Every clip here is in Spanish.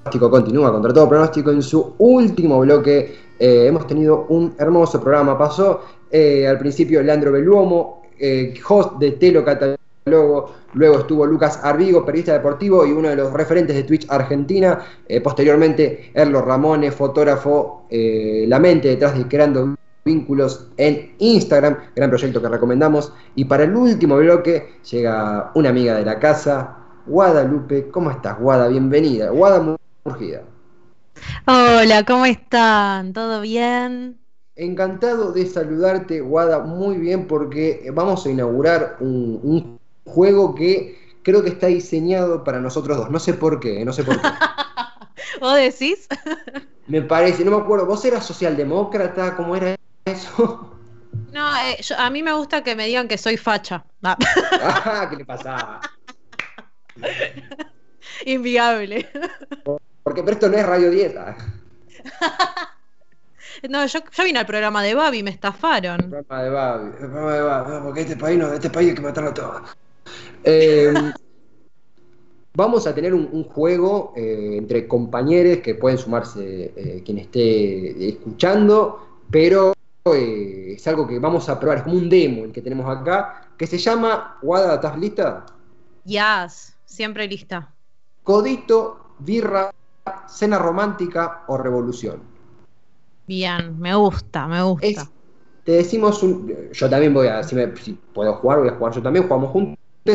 pronóstico continúa contra todo pronóstico. En su último bloque hemos tenido un hermoso programa. Pasó al principio Leandro Belluomo, host de Telo Catalogo. Luego estuvo Lucas Arvigo, periodista deportivo y uno de los referentes de Twitch Argentina. Posteriormente, Erlo Ramone, fotógrafo, la mente detrás de Creando Vínculos en Instagram, gran proyecto que recomendamos. Y para el último bloque llega una amiga de la casa, Guadalupe. ¿Cómo estás, Guada? Bienvenida. Guada Murgida. Hola, ¿cómo están? ¿Todo bien? Encantado de saludarte, Guada, muy bien, porque vamos a inaugurar un juego que creo que está diseñado para nosotros dos. No sé por qué, no sé por qué. ¿Vos decís? Me parece, no me acuerdo, ¿vos eras socialdemócrata? ¿Cómo era eso? No, a mí me gusta que me digan que soy facha. Ah. Ah, ¿qué le pasaba? Inviable. Pero esto no es Radio Dieta. No, yo vine al programa de Babi, me El estafaron. programa de Babi, el programa de Babi, no, porque este país hay que matarlo todo. Eh, Vamos a tener un juego entre compañeros que pueden sumarse quien esté escuchando, pero es algo que vamos a probar, es como un demo el que tenemos acá, que se llama, Guada, ¿estás lista? Yes, siempre lista. Codito, birra, cena romántica o revolución. Bien, me gusta, me Es, gusta. te decimos yo también voy a, si puedo jugar, voy a jugar yo también, jugamos juntos,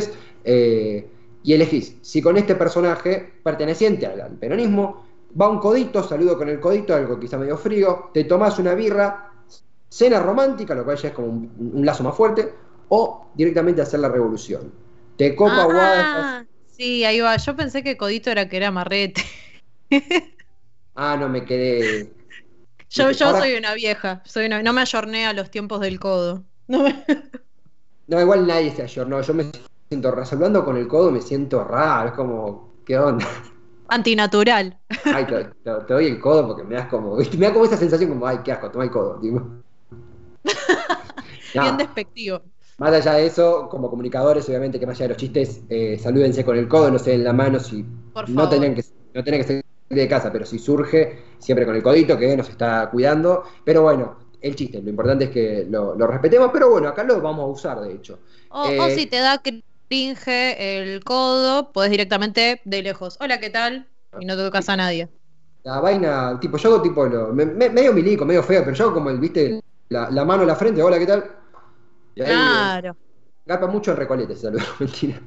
y elegís si con este personaje perteneciente al peronismo va un codito, saludo con el codito, algo quizá medio frío, te tomás una birra, cena romántica, lo cual ya es como un lazo más fuerte, o directamente hacer la revolución. Te copa, Guada, estás. Sí, ahí va. Yo pensé que Codito era que era marrete. Ah, no me quedé. Yo Ahora, soy una vieja, no me ayorné a los tiempos del codo. No me... no, igual nadie se ayornó, yo me siento, resolviendo con el codo me siento raro, es como, ¿qué onda? Antinatural. Ay, te doy el codo porque me das como, ¿viste? Me da como esa sensación como, ay, qué asco, toma el codo, tipo. Bien No, despectivo. más allá de eso, como comunicadores, obviamente que más allá de los chistes, salúdense con el codo, no se den la mano si Por no favor. tenían que, no tienen que salir de casa, pero si surge, siempre con el codito que nos está cuidando. Pero bueno, el chiste, lo importante es que lo respetemos, pero bueno, acá lo vamos a usar, de hecho. O si te da cringe el codo, podés directamente de lejos. Hola, ¿qué tal? Y no te tocas a nadie. La vaina, tipo, yo hago tipo, medio milico, medio feo, pero yo hago como el, viste, la mano en la frente, hola, ¿qué tal? Y ahí Claro. garpa mucho en Recoleta ese saludo, mentira.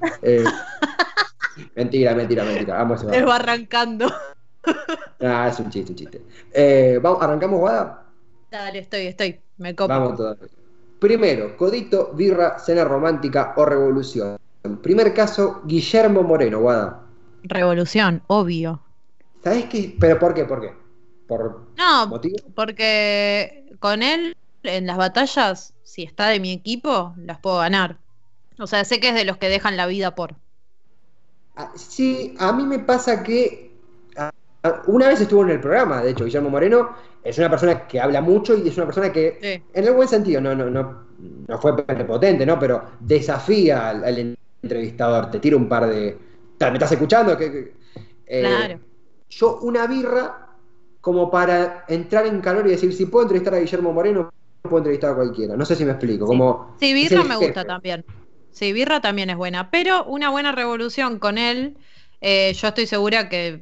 Mentira, vamos a Les ver. va arrancando. Ah, es un chiste, un chiste. Vamos, ¿arrancamos, Guada? Dale, estoy. Me copa. Vamos todavía. Primero, codito, birra, cena romántica o revolución. Primer caso, Guillermo Moreno, Guada. Revolución, obvio. ¿Sabés qué? ¿Pero por qué? ¿Por qué? ¿Por No, motivo? porque con él en las batallas, si está de mi equipo, las puedo ganar. O sea, sé que es de los que dejan la vida por. Ah, sí, a mí me pasa que una vez estuvo en el programa, de hecho, Guillermo Moreno es una persona que habla mucho y es una persona que, Sí, en el buen sentido, no fue prepotente, ¿no? Pero desafía al entrevistador, te tira un par de. ¿Me estás escuchando? claro. Eh, yo una birra como para entrar en calor y decir, si puedo entrevistar a Guillermo Moreno, puedo entrevistar a cualquiera. No sé si me explico, Sí. como Sí, es Birra el me gusta jefe. también. Sí, Birra también es buena. Pero una buena revolución con él, yo estoy segura que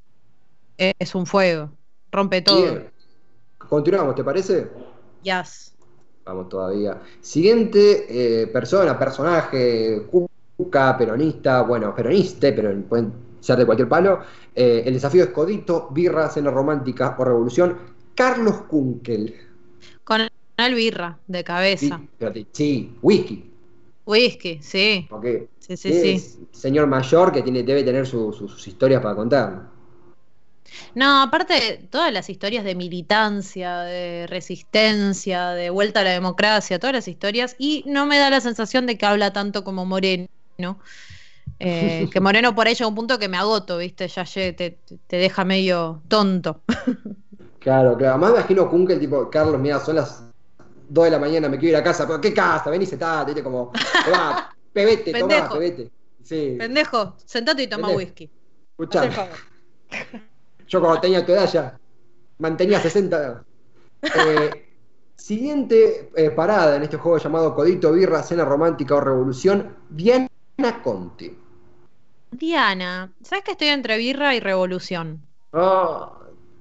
es un fuego. Rompe todo. Bien, continuamos, ¿te parece? Yes. Vamos todavía. Siguiente personaje, Cuca, peronista, bueno, peronista, pero pueden ser de cualquier palo. El desafío es Codito, Birra, Cena Romántica o Revolución. Carlos Kunkel. Con él Birra, de cabeza. Sí, whisky. Whisky, sí. Porque Sí, sí, sí. es señor mayor que debe tener sus historias para contar. No, aparte, todas las historias de militancia, de resistencia, de vuelta a la democracia, todas las historias, y no me da la sensación de que habla tanto como Moreno. Que Moreno por ahí llega a un punto que me agoto, ¿viste? Te deja medio tonto. Claro, claro. Más me imagino Kunkel, tipo, Carlos, mira, son las 2 de la mañana, me quiero ir a casa. ¿Pero qué casa? Ven y sentate, ¿viste? Como, tomá, pebete, tomá, Pendejo, pebete. Sí, pendejo, sentate y toma pendejo. whisky. Haz el Escuchame. favor. Yo cuando tenía tu edad ya mantenía 60. Siguiente parada en este juego llamado Codito, Birra, Cena Romántica o Revolución, Diana Conti. Diana, ¿sabes que estoy entre birra y revolución? Ah,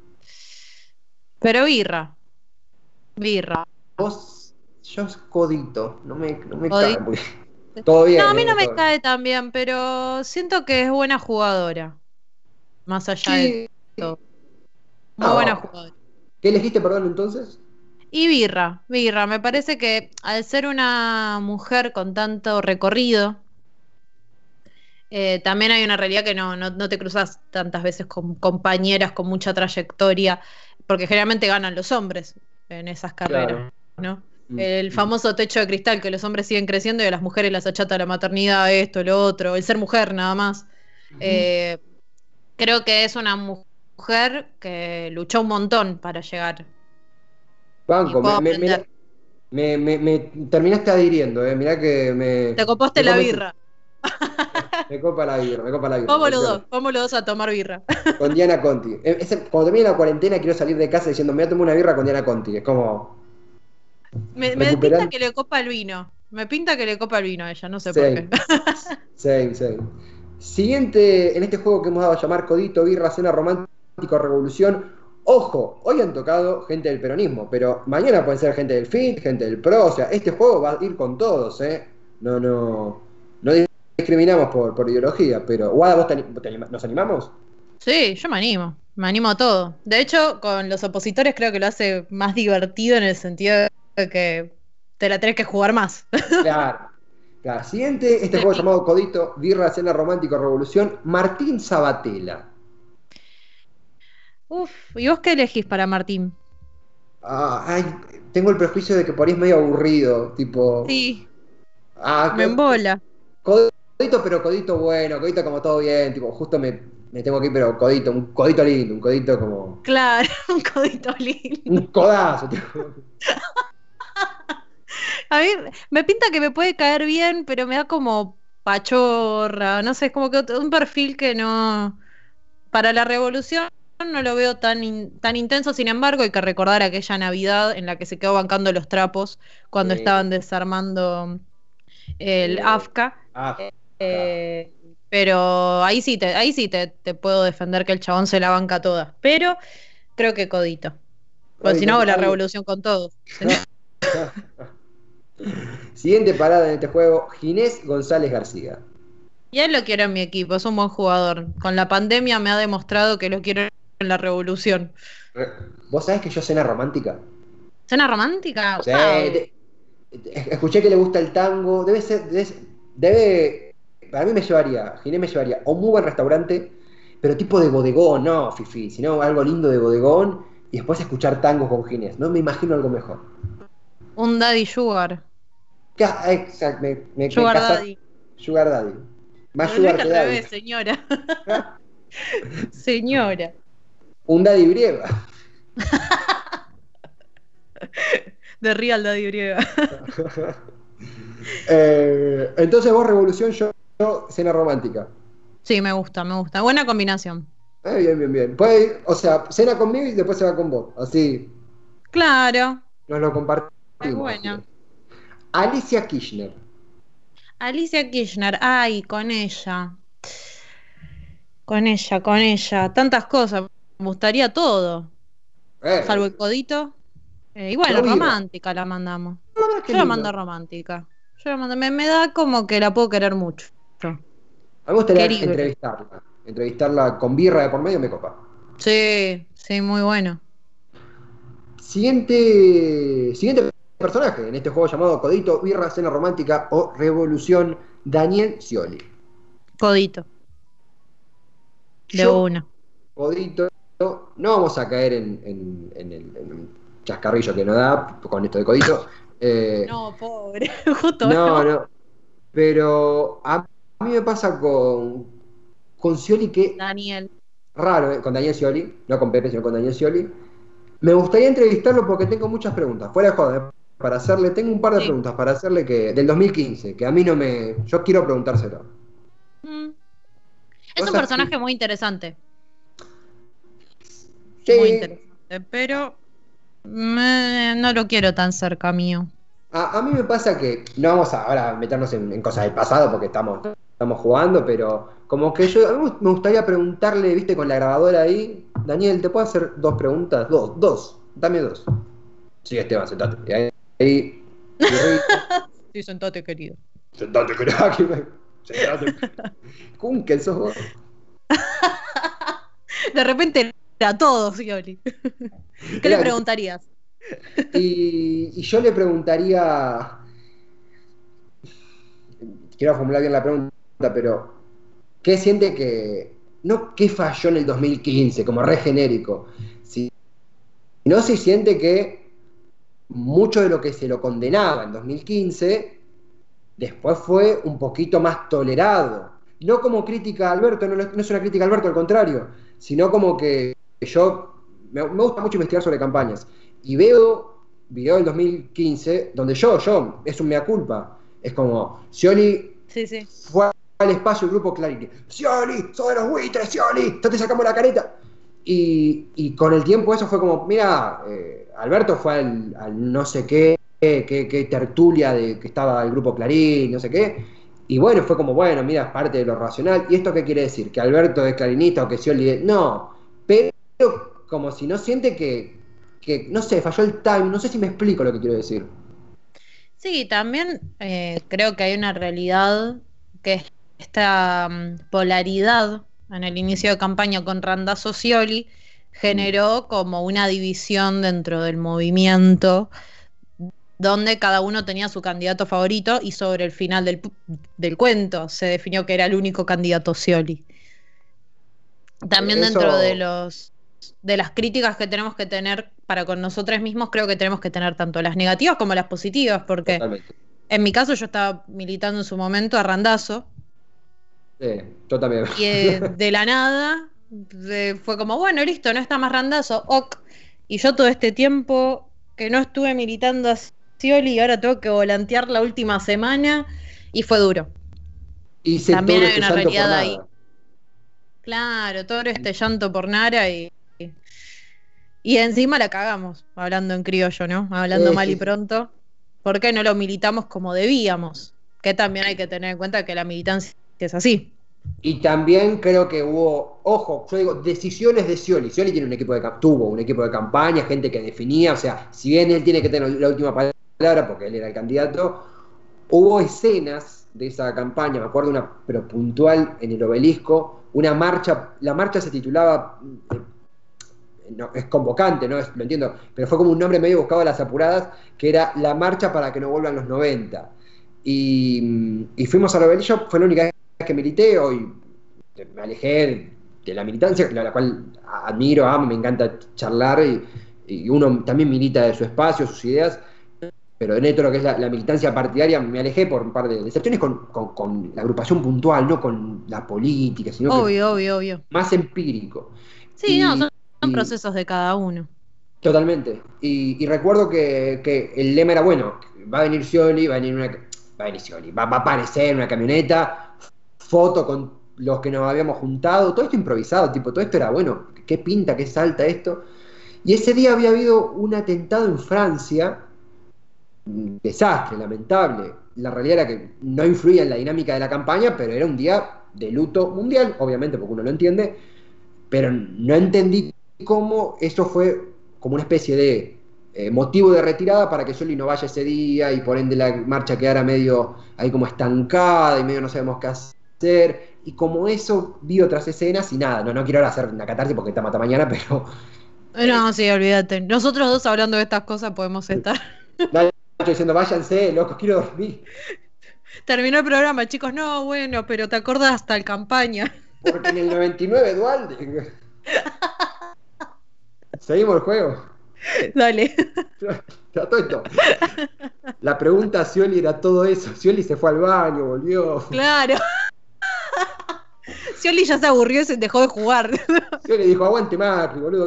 Pero birra, birra. yo es Codito, no me cae Jodí. muy bien. Todo No, a bien, mí no me todo bien. cae tan bien, pero siento que es buena jugadora, más allá de Sí, todo. Muy buena ah, jugadora. ¿qué elegiste, perdón, entonces? Y birra, birra, me parece que al ser una mujer con tanto recorrido, también hay una realidad que no te cruzas tantas veces con compañeras con mucha trayectoria, porque generalmente ganan los hombres en esas carreras, Claro. ¿no? Mm, El mm. famoso techo de cristal, que los hombres siguen creciendo y a las mujeres las achata la maternidad, esto, lo otro, el ser mujer nada más. Ujú. Eh, Creo que es una mujer que luchó un montón para llegar y Banco, puedo aprender. me terminaste adhiriendo, mirá que Te copaste me la convencí. birra. Me copa la birra, me copa la birra, efectivamente. Vamos los dos a tomar birra. Con Diana Conti. Cuando termine la cuarentena quiero salir de casa diciendo, me voy a tomar una birra con Diana Conti. Es como Me pinta recuperando. que le copa el vino. Me pinta que le copa el vino a ella, no sé por qué. Same, same. Siguiente en este juego que hemos dado a llamar Codito, Birra, Cena Romántico, Revolución. Ojo, hoy han tocado gente del peronismo, pero mañana pueden ser gente del FIT, gente del PRO. O sea, este juego va a ir con todos, ¿eh? No discriminamos por ideología, pero. Guada, ¿nos animamos? Sí, yo me animo. Me animo a todo. De hecho, con los opositores creo que lo hace más divertido en el sentido de que te la tenés que jugar más. Claro. Claro. Siguiente, este Te juego pica. llamado Codito, Birra, Cena Romántico, Revolución. Martín Sabatella. Uf, ¿y vos qué elegís para Martín? Ay, tengo el prejuicio de que por ahí es medio aburrido, tipo. Sí, Ah, me embola. codito, pero codito bueno, codito como todo bien, tipo, justo me tengo que ir, pero codito, un codito lindo, un codito como. Claro, un codito lindo. Un codazo, tipo. A mí me pinta que me puede caer bien, pero me da como pachorra, no sé, es como que un perfil que no, para la revolución no lo veo tan intenso. Sin embargo, hay que recordar aquella Navidad en la que se quedó bancando los trapos cuando Sí, estaban desarmando el eh, AFCA. ah, Eh, pero ahí sí te puedo defender que el chabón se la banca toda. Pero creo que Codito. Porque si no codito, hago la ay. revolución con todos. Siguiente parada en este juego, Ginés González García. Y a él lo quiero en mi equipo, es un buen jugador. Con la pandemia me ha demostrado que lo quiero en la revolución. Re- ¿Vos sabés que yo cena romántica? ¿Cena romántica? Sí, ¡Wow! escuché que le gusta el tango, para mí me llevaría, Ginés me llevaría a un muy buen restaurante, pero tipo de bodegón, no, Fifi, sino algo lindo de bodegón, y después escuchar tangos con Ginés. No me imagino algo mejor. Un daddy sugar. Exacto, me Sugar casas daddy. Sugar Daddy. Más Lo Sugar dije que al Daddy. revés, señora. Señora. Un Daddy Brieva. De Real Daddy griega. Entonces vos Revolución, yo Cena Romántica. Sí, me gusta, me gusta. Buena combinación. Bien. O sea, cena conmigo y después se va con vos. Así Claro. nos lo Es compartimos. Así es. buena. Alicia Kirchner. Alicia Kirchner. Ay, con ella. Con ella, con ella. Tantas cosas. Me gustaría todo. Salvo el Eh, codito. Y bueno, yo birra. romántica la mandamos. Ah, qué Yo la mando lindo. romántica. Yo la mando. Me da como que la puedo querer mucho. A mí me gustaría Querible. entrevistarla. Entrevistarla con birra de por medio me copa. Sí, sí, muy bueno. Siguiente personaje en este juego llamado Codito, Birra, Cena Romántica o Revolución, Daniel Scioli. Codito, de Yo, una. Codito, no vamos a caer en el chascarrillo que nos da con esto de Codito. No, pobre. Justo No, no. no. Pero a mí me pasa con Scioli que, Daniel. raro, con Daniel Scioli, no con Pepe, sino con Daniel Scioli. Me gustaría entrevistarlo porque tengo muchas preguntas. Fuera de joda, para hacerle, tengo un par de Sí. preguntas para hacerle del 2015, que a mí no me. Yo quiero preguntárselo. Mm. Es ¿Vos un sabés que personaje muy interesante. muy Sí, interesante, pero no lo quiero tan cerca mío. a mí me pasa que no vamos a ahora meternos en cosas del pasado porque estamos jugando, pero como que a mí me gustaría preguntarle, viste, con la grabadora ahí, Daniel, ¿te puedo hacer dos preguntas? Dos, dame dos. Sí, Esteban, sentate. Y ahí, birrita, Sí, sentate, querido. sentate, crack, sentate. ¿Qué sos vos? De repente era todo, Scioli. ¿Qué le Era- preguntarías? y yo le preguntaría, quiero formular bien la pregunta, pero ¿qué siente que, no qué falló en el 2015 como re genérico, sino si siente que mucho de lo que se lo condenaba en 2015 después fue un poquito más tolerado? No como crítica a Alberto, no es una crítica a Alberto, al contrario, sino como que yo me gusta mucho investigar sobre campañas y veo video del 2015 donde es un mea culpa. Es como, Scioli Sí, sí. fue al espacio el grupo Clarín. Scioli, sos de los buitres, Scioli, ya te sacamos la careta. Y con el tiempo eso fue como, mira, Alberto fue al no sé qué tertulia de que estaba el grupo Clarín, no sé qué. Y bueno, fue como, bueno, mira, es parte de lo racional. ¿Y esto qué quiere decir? ¿Que Alberto es clarinista o que Scioli es? No, pero como si no siente que, no sé, falló el time, no sé si me explico lo que quiero decir. Sí, también creo que hay una realidad que es esta polaridad en el inicio de campaña con Randazzo Scioli Mm. generó como una división dentro del movimiento donde cada uno tenía su candidato favorito y sobre el final del cuento se definió que era el único candidato Scioli. También dentro de Eso, de las críticas que tenemos que tener para con nosotros mismos, creo que tenemos que tener tanto las negativas como las positivas, porque totalmente. en mi caso yo estaba militando en su momento a Randazo Sí, yo también. y de la nada fue como, bueno, listo, no está más Randazo, ok. Y yo todo este tiempo que no estuve militando a Scioli y ahora tengo que volantear la última semana y fue duro. Hice También todo hay este una llanto por realidad ahí. nada. Claro, todo este llanto por Nara y encima la cagamos, hablando en criollo, ¿no? Hablando mal y Sí, sí. pronto. ¿Por qué no lo militamos como debíamos? Que también hay que tener en cuenta que la militancia es así. Y también creo que hubo, ojo, yo digo, decisiones de Scioli. Scioli tiene un equipo tuvo un equipo de campaña, gente que definía, o sea, si bien él tiene que tener la última palabra, porque él era el candidato, hubo escenas de esa campaña, me acuerdo una, pero puntual, en el obelisco, una marcha, la marcha se titulaba, no, es convocante, ¿no? Lo entiendo, pero fue como un nombre medio buscado a las apuradas, que era la marcha para que no vuelvan los 90. Y fuimos a la Obelisco, fue la única vez que milité, hoy me alejé de la militancia, la cual admiro, amo, me encanta charlar y uno también milita de su espacio, sus ideas, pero dentro de lo que es la militancia partidaria me alejé por un par de decepciones con la agrupación puntual, no con la política, sino que Obvio, obvio, obvio. más empírico. Sí, no, Y, son y procesos de cada uno. totalmente. Y recuerdo que el lema era, bueno, va a venir Scioli, va a venir Scioli, va a aparecer en una camioneta, foto con los que nos habíamos juntado, todo esto improvisado, tipo, todo esto era, bueno, qué pinta, qué salta esto. Y ese día había habido un atentado en Francia, un desastre, lamentable. La realidad era que no influía en la dinámica de la campaña, pero era un día de luto mundial, obviamente, porque uno lo entiende, pero no entendí cómo eso fue como una especie de motivo de retirada para que Scioli no vaya ese día y por ende la marcha quedara medio ahí como estancada y medio no sabemos qué hacer. Y como eso vi otras escenas y nada, no quiero ahora hacer una catarsis porque está mata mañana, pero No, sí, olvídate. Nosotros dos hablando de estas cosas podemos estar. Nacho diciendo váyanse, locos, quiero dormir. Terminó el programa, chicos. No, bueno, pero te acordás hasta el campaña. Porque en el 99 Dualde. Seguimos el juego. Dale. Todo esto. La pregunta a Scioli era todo eso. Scioli se fue al baño, volvió. Claro. Scioli ya se aburrió y se dejó de jugar. Scioli dijo, aguante Macri, boludo.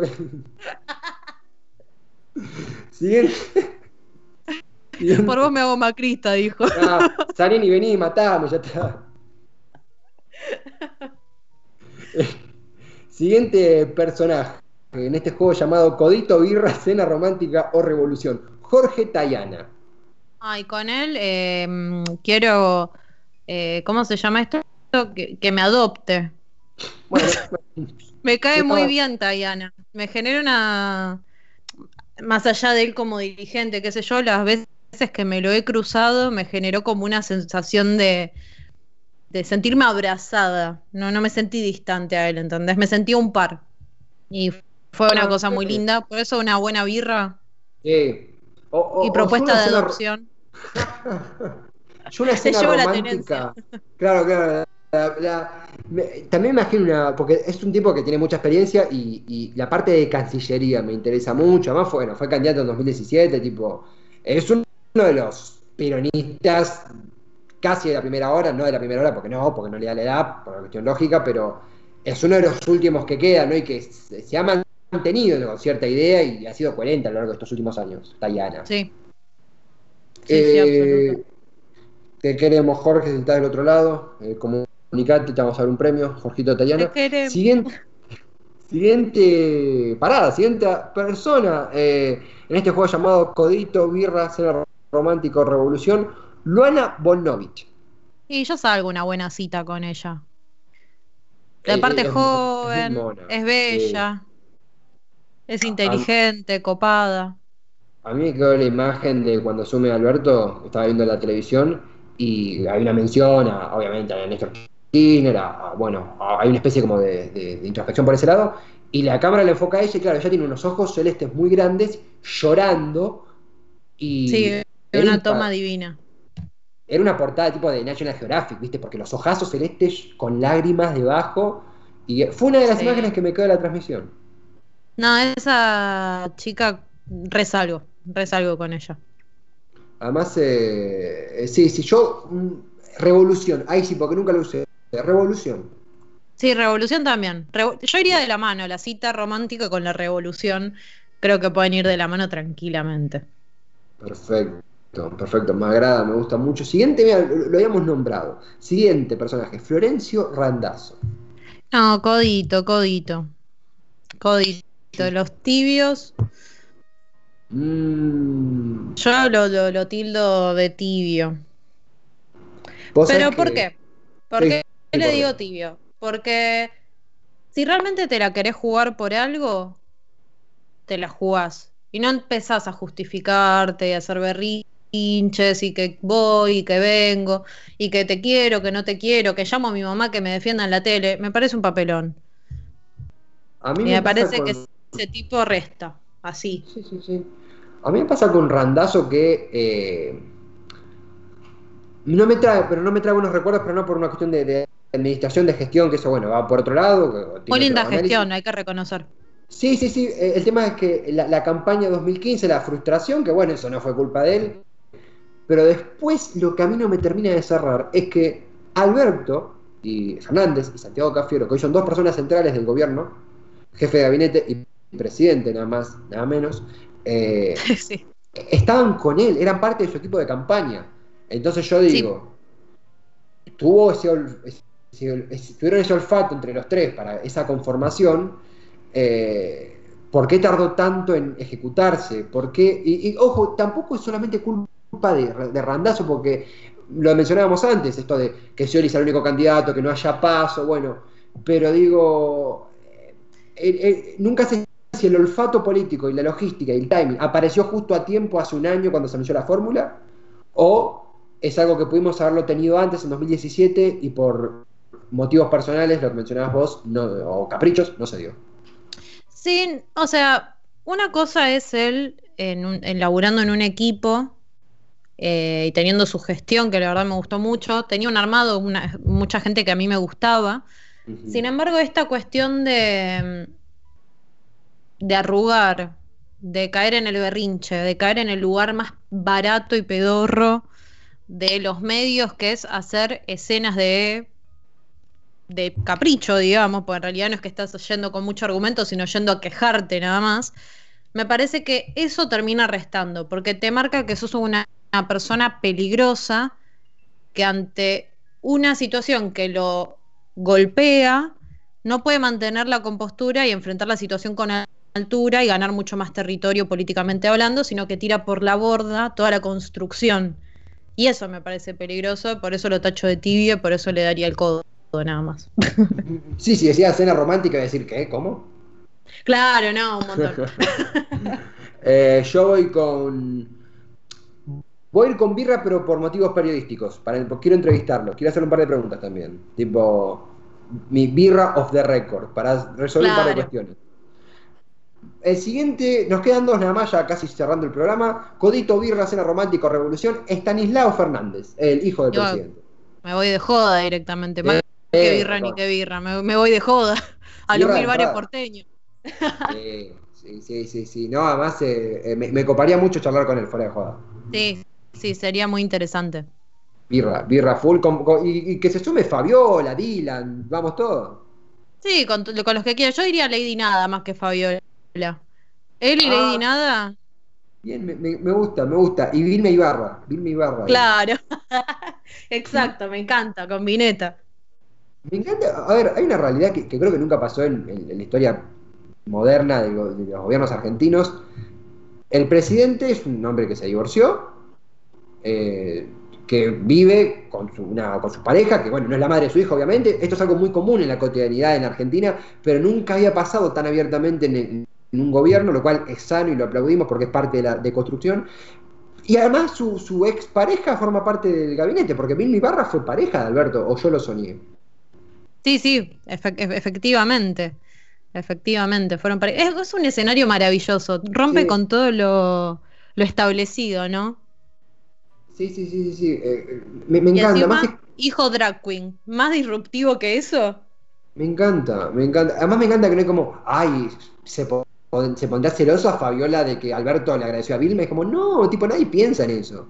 Siguiente. Por vos Siguiente. me hago macrista, dijo. Ah, Zanini, vení, matame, ya está. Siguiente personaje. en este juego llamado Codito, Birra, Cena Romántica o Revolución? Jorge Tayana. Ay, con él quiero, ¿cómo se llama esto? Que me adopte. Bueno, Me cae muy estaba- bien Tayana. Me genera una, más allá de él como dirigente, qué sé yo, las veces que me lo he cruzado me generó como una sensación de sentirme abrazada. No, no me sentí distante a él, ¿entendés? Me sentí un par. Y fue una cosa muy linda. Por eso una buena birra sí. y O yo propuesta una de cena, adopción. yo una Te cena llevo la tenencia. romántica. Claro, claro. También me imagino porque es un tipo que tiene mucha experiencia y la parte de Cancillería me interesa mucho. Además, fue candidato en 2017, tipo, es uno de los peronistas casi de la primera hora, no de la primera hora porque no le da la edad, por una cuestión lógica, pero es uno de los últimos que quedan, ¿no? Y que se ha mantenido con cierta idea y ha sido coherente a lo largo de estos últimos años, Tayana. Sí, sí, sí, absoluto. Eh, Te queremos, Jorge, si estás del otro lado. Comunicate, te vamos a dar un premio, Jorgito Te Tayana. queremos. Siguiente parada, siguiente persona en este juego llamado Codito, Birra, Cena Romántico, Revolución, Luana Bonovich. Y yo salgo una buena cita con ella. De parte Es, es muy joven, mona. es Sí. bella, es A, inteligente, copada. a mí me quedó la imagen de cuando asume Alberto, estaba viendo la televisión y hay una mención, obviamente, a Néstor Kirchner, bueno, hay una especie como de introspección por ese lado, y la cámara le enfoca a ella y claro, ella tiene unos ojos celestes muy grandes, llorando, Sí, y era, una toma divina. era una portada tipo de National Geographic, ¿viste? Porque los ojazos celestes con lágrimas debajo, y fue una de las imágenes Sí. que me quedó de la transmisión. No, esa chica resalgo con ella. Además, sí, sí, Revolución, ahí sí, porque nunca lo usé. Revolución. Sí, revolución también. Yo iría de la mano, la cita romántica con la revolución. Creo que pueden ir de la mano tranquilamente. Perfecto, perfecto, me agrada, me gusta mucho. Siguiente, mira, lo habíamos nombrado. Siguiente personaje, Florencio Randazzo. No, codito, codito. Codito. Los tibios, Mm, yo lo tildo de tibio. vos sabés ¿Pero por que. qué? ¿Por Sí, qué sí, le ¿por qué? digo tibio? Porque si realmente te la querés jugar por algo, te la jugás. Y no empezás a justificarte y a hacer berrinches y que voy y que vengo y que te quiero, que no te quiero, que llamo a mi mamá que me defienda en la tele. Me parece un papelón. A mí Y me me pasa parece que con. ese tipo resta, así. Sí, sí, sí. A mí me pasa con Randazzo que. No me trae, pero no me trae buenos recuerdos, pero no por una cuestión de administración, de gestión, que eso, bueno, va por otro lado, que Muy tiene otro linda análisis. gestión, hay que reconocer. Sí, sí, sí. El tema es que la campaña 2015, la frustración, que bueno, eso no fue culpa de él, pero después lo que a mí no me termina de cerrar es que Alberto y Fernández y Santiago Cafiero, que hoy son dos personas centrales del gobierno, jefe de gabinete y presidente, nada más, nada menos, Sí. estaban con él, eran parte de su equipo de campaña. Entonces yo Sí, digo, tuvieron ese olfato entre los tres para esa conformación. ¿Por qué tardó tanto en ejecutarse? ¿Por qué? Ojo, tampoco es solamente culpa de Randazzo, porque lo mencionábamos antes, esto de que Scioli sea el único candidato, que no haya paso, bueno, pero digo, nunca sé si el olfato político y la logística y el timing apareció justo a tiempo hace un año cuando se anunció la fórmula, o es algo que pudimos haberlo tenido antes, en 2017, y por motivos personales, lo que mencionabas vos, o caprichos, no se dio. sí, o sea, una cosa es él en laburando en un equipo y teniendo su gestión, que la verdad me gustó mucho. Tenía un armado, mucha gente que a mí me gustaba. Sin Ujú. embargo, esta cuestión de arrugar, de caer en el berrinche, de caer en el lugar más barato y pedorro de los medios, que es hacer escenas de capricho, digamos, porque en realidad no es que estás yendo con mucho argumento, sino yendo a quejarte nada más. Me parece que eso termina restando, porque te marca que sos una persona peligrosa que ante una situación que lo golpea, no puede mantener la compostura y enfrentar la situación con altura y ganar mucho más territorio políticamente hablando, sino que tira por la borda toda la construcción. Y eso me parece peligroso, por eso lo tacho de tibio y por eso le daría el codo nada más. Sí, si decía cena romántica, decir, ¿qué? ¿Cómo? Claro, no, un montón. Yo voy a ir con birra, pero por motivos periodísticos. Porque quiero entrevistarlo. Quiero hacer un par de preguntas también. Tipo, mi birra off the record, para resolver un par de Claro. cuestiones. El siguiente, nos quedan dos nada más, ya casi cerrando el programa. Codito, birra, cena romántica o revolución. Estanislao Fernández, el hijo del Yo presidente. me voy de joda directamente. Más que birra ni Perdón. que birra. Me voy de joda. A los Birra de 1000 bares entrada. porteños. Sí. No, además me coparía mucho charlar con él, fuera de joda. Sí, sí, sería muy interesante. Birra full. Y que se sume Fabiola, Dylan, vamos todos. Sí, con los que quiera. Yo diría Lady Nada más que Fabiola. Él y Lady Ah, Nada, bien, me gusta. Y Vilma Ibarra ahí. claro. Exacto, me encanta, con Vineta. Me encanta. A ver, hay una realidad que creo que nunca pasó en la historia moderna de los gobiernos argentinos. El presidente es un hombre que se divorció, eh, que vive con su pareja, que bueno, no es la madre de su hijo, obviamente. Esto es algo muy común en la cotidianidad en Argentina, pero nunca había pasado tan abiertamente en un gobierno, lo cual es sano y lo aplaudimos porque es parte de la deconstrucción. Y además su ex pareja forma parte del gabinete, porque Vilma Ibarra fue pareja de Alberto, o yo lo soñé. Sí, sí, efectivamente. Efectivamente, es un escenario maravilloso. Rompe Sí, con todo lo establecido, ¿no? sí. Me Y encanta, más que encima, hijo drag queen. ¿Más disruptivo que eso? me encanta, me encanta. Además me encanta que no es como, ay, se pondrá celoso a Fabiola de que Alberto le agradeció a Vilma. Es como, no, tipo, nadie piensa en eso.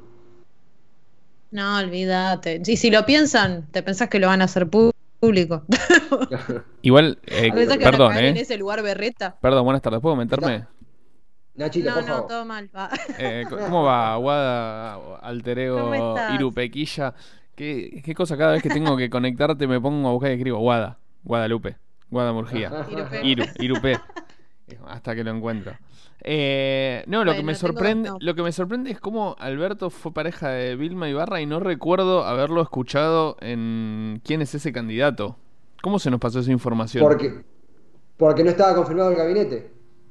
No, olvídate. Y si lo piensan, te pensás que lo van a hacer público. Igual, Ay, ¿Pensás que van a perdón, caer en ese lugar berreta? Perdón, buenas tardes. ¿Puedo está, meterme? Nachito, No, por no, favor. todo mal. Va. ¿Cómo va, Guada, alter ¿Cómo ego, estás? Irupequilla? ¿Qué cosa cada vez que tengo que conectarte me pongo a buscar y escribo Guada, Guadalupe, Guada Murgía, Irupe. Irupe, hasta que lo encuentro. No, Bueno, tengo dos no. lo que me sorprende es cómo Alberto fue pareja de Vilma Ibarra y no recuerdo haberlo escuchado en ¿Quién es ese candidato? ¿Cómo se nos pasó esa información? Porque no estaba confirmado el gabinete.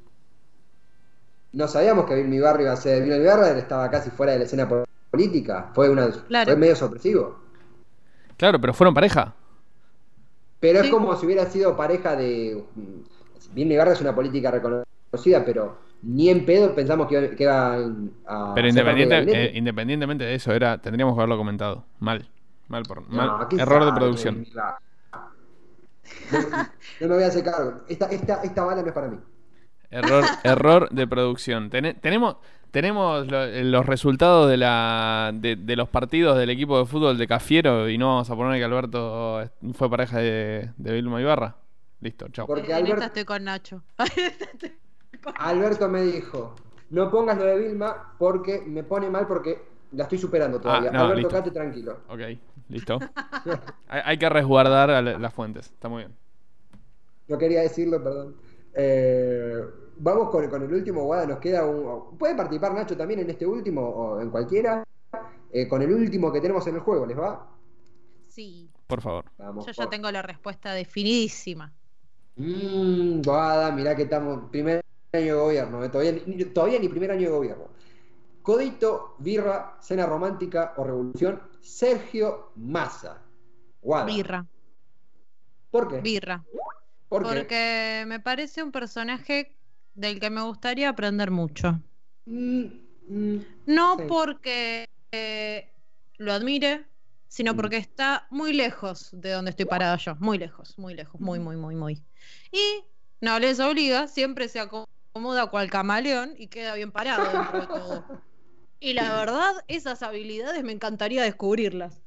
No sabíamos que Vilma Ibarra iba a ser Vilma Ibarra, él estaba casi fuera de la escena política. Fue Claro. medio sorpresivo. Claro, pero fueron pareja. Pero es Sí. como si hubiera sido pareja de. Vilma Ibarra es una política reconocida, pero ni en pedo pensamos que iba Pero a ser parte del gabinete. independientemente de eso, tendríamos que haberlo comentado. Mal. No, ¿qué Error de sabe que producción. Vilma Ibarra? No, no me voy a hacer cargo. Esta bala no es para mí. Error de producción. Tenemos los resultados de los partidos del equipo de fútbol de Cafiero y no vamos a poner que Alberto fue pareja de Vilma Ibarra. Listo, chao. Porque En esta estoy con Nacho. Alberto me dijo: no pongas lo de Vilma porque me pone mal porque la estoy superando todavía. No, Alberto, listo. quédate tranquilo. Ok, listo. Hay que resguardar las fuentes. Está muy bien. No quería decirlo, perdón. Vamos con el último, Guada. Nos queda un. Puede participar Nacho también en este último o en cualquiera. Con el último que tenemos en el juego, ¿les va? Sí, Por favor. Vamos. yo ya tengo la respuesta definidísima. Guada, mirá que estamos. Primer año de gobierno. Todavía ni primer año de gobierno. Codito, birra, cena romántica o revolución. Sergio Massa. Guada. Birra, ¿Por qué? birra. ¿Por qué? Porque me parece un personaje del que me gustaría aprender mucho. No Sí. porque lo admire, sino porque está muy lejos de donde estoy parada yo. Muy lejos, muy. Y no les obliga, siempre se acomoda cual camaleón y queda bien parado dentro de todo. Y la verdad, esas habilidades me encantaría descubrirlas.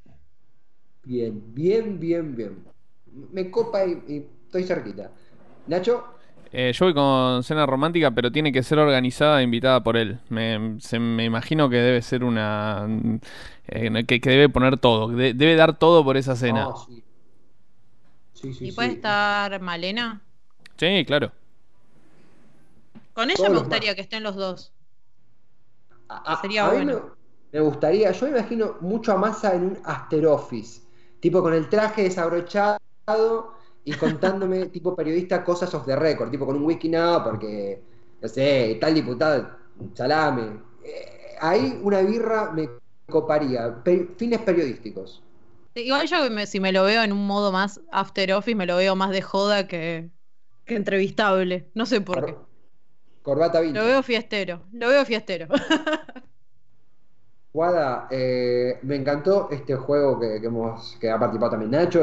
Bien. Me copa y estoy cerquita. Nacho, Yo voy con cena romántica, pero tiene que ser organizada e invitada por él. Me imagino que debe ser una... que debe poner todo. Debe dar todo por esa cena. sí. ¿Y puede estar Malena? Sí, claro. Con ella Todos me los gustaría que estén los dos. Sería a mí bueno. me gustaría, yo me imagino mucho a Massa en un After Office, tipo con el traje desabrochado y contándome, tipo periodista, cosas off the record, tipo con un whisky now, porque, no sé, tal diputado, salame. Ahí una birra me coparía, fines periodísticos. Sí, igual yo si me lo veo en un modo más after office, me lo veo más de joda que entrevistable. No sé por qué. Cor- corbata Lo vintage. veo fiestero, lo veo fiestero. Guada, me encantó este juego que ha participado también Nacho,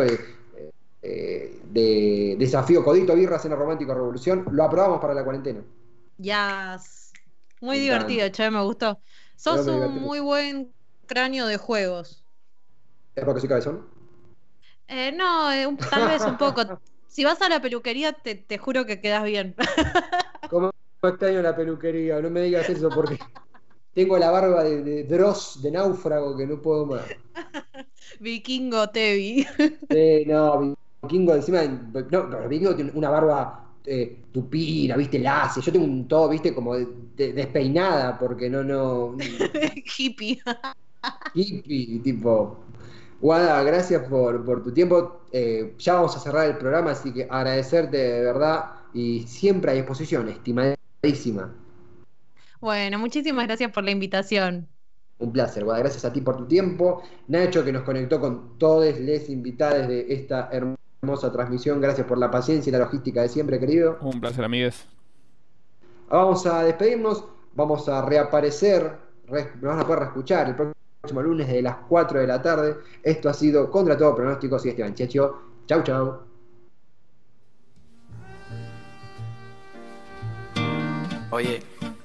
de Desafío Codito Birra Cena Romántico Revolución. Lo aprobamos para la cuarentena. Ya. Me Muy encanta. divertido, che, me gustó. Yo Sos me un divertí muy mucho. buen cráneo de juegos. ¿Es porque soy cabezón? No, tal vez un poco. Si vas a la peluquería, te juro que quedas bien. ¿Cómo extraño la peluquería? No me digas eso porque tengo la barba de Dross, de náufrago, que no puedo más. Vikingo Tevi. No, Vikingo encima, no, pero Vikingo tiene una barba tupida, viste, lacia. Yo tengo un todo, viste, como despeinada, porque Hippie. hippie, tipo. Guada, gracias por tu tiempo. Ya vamos a cerrar el programa, así que agradecerte de verdad y siempre a disposición, estimadísima. Bueno, muchísimas gracias por la invitación. Un placer, Guada. Gracias a ti por tu tiempo. Nacho, que nos conectó con todos les invitados de esta hermosa transmisión. Gracias por la paciencia y la logística de siempre, querido. Un placer, amigues. Vamos a despedirnos, vamos a reaparecer, nos van a poder reescuchar el próximo lunes de las 4 de la tarde. Esto ha sido Contra Todo Pronóstico. Soy Esteban Checho. Chau, chau. Oye.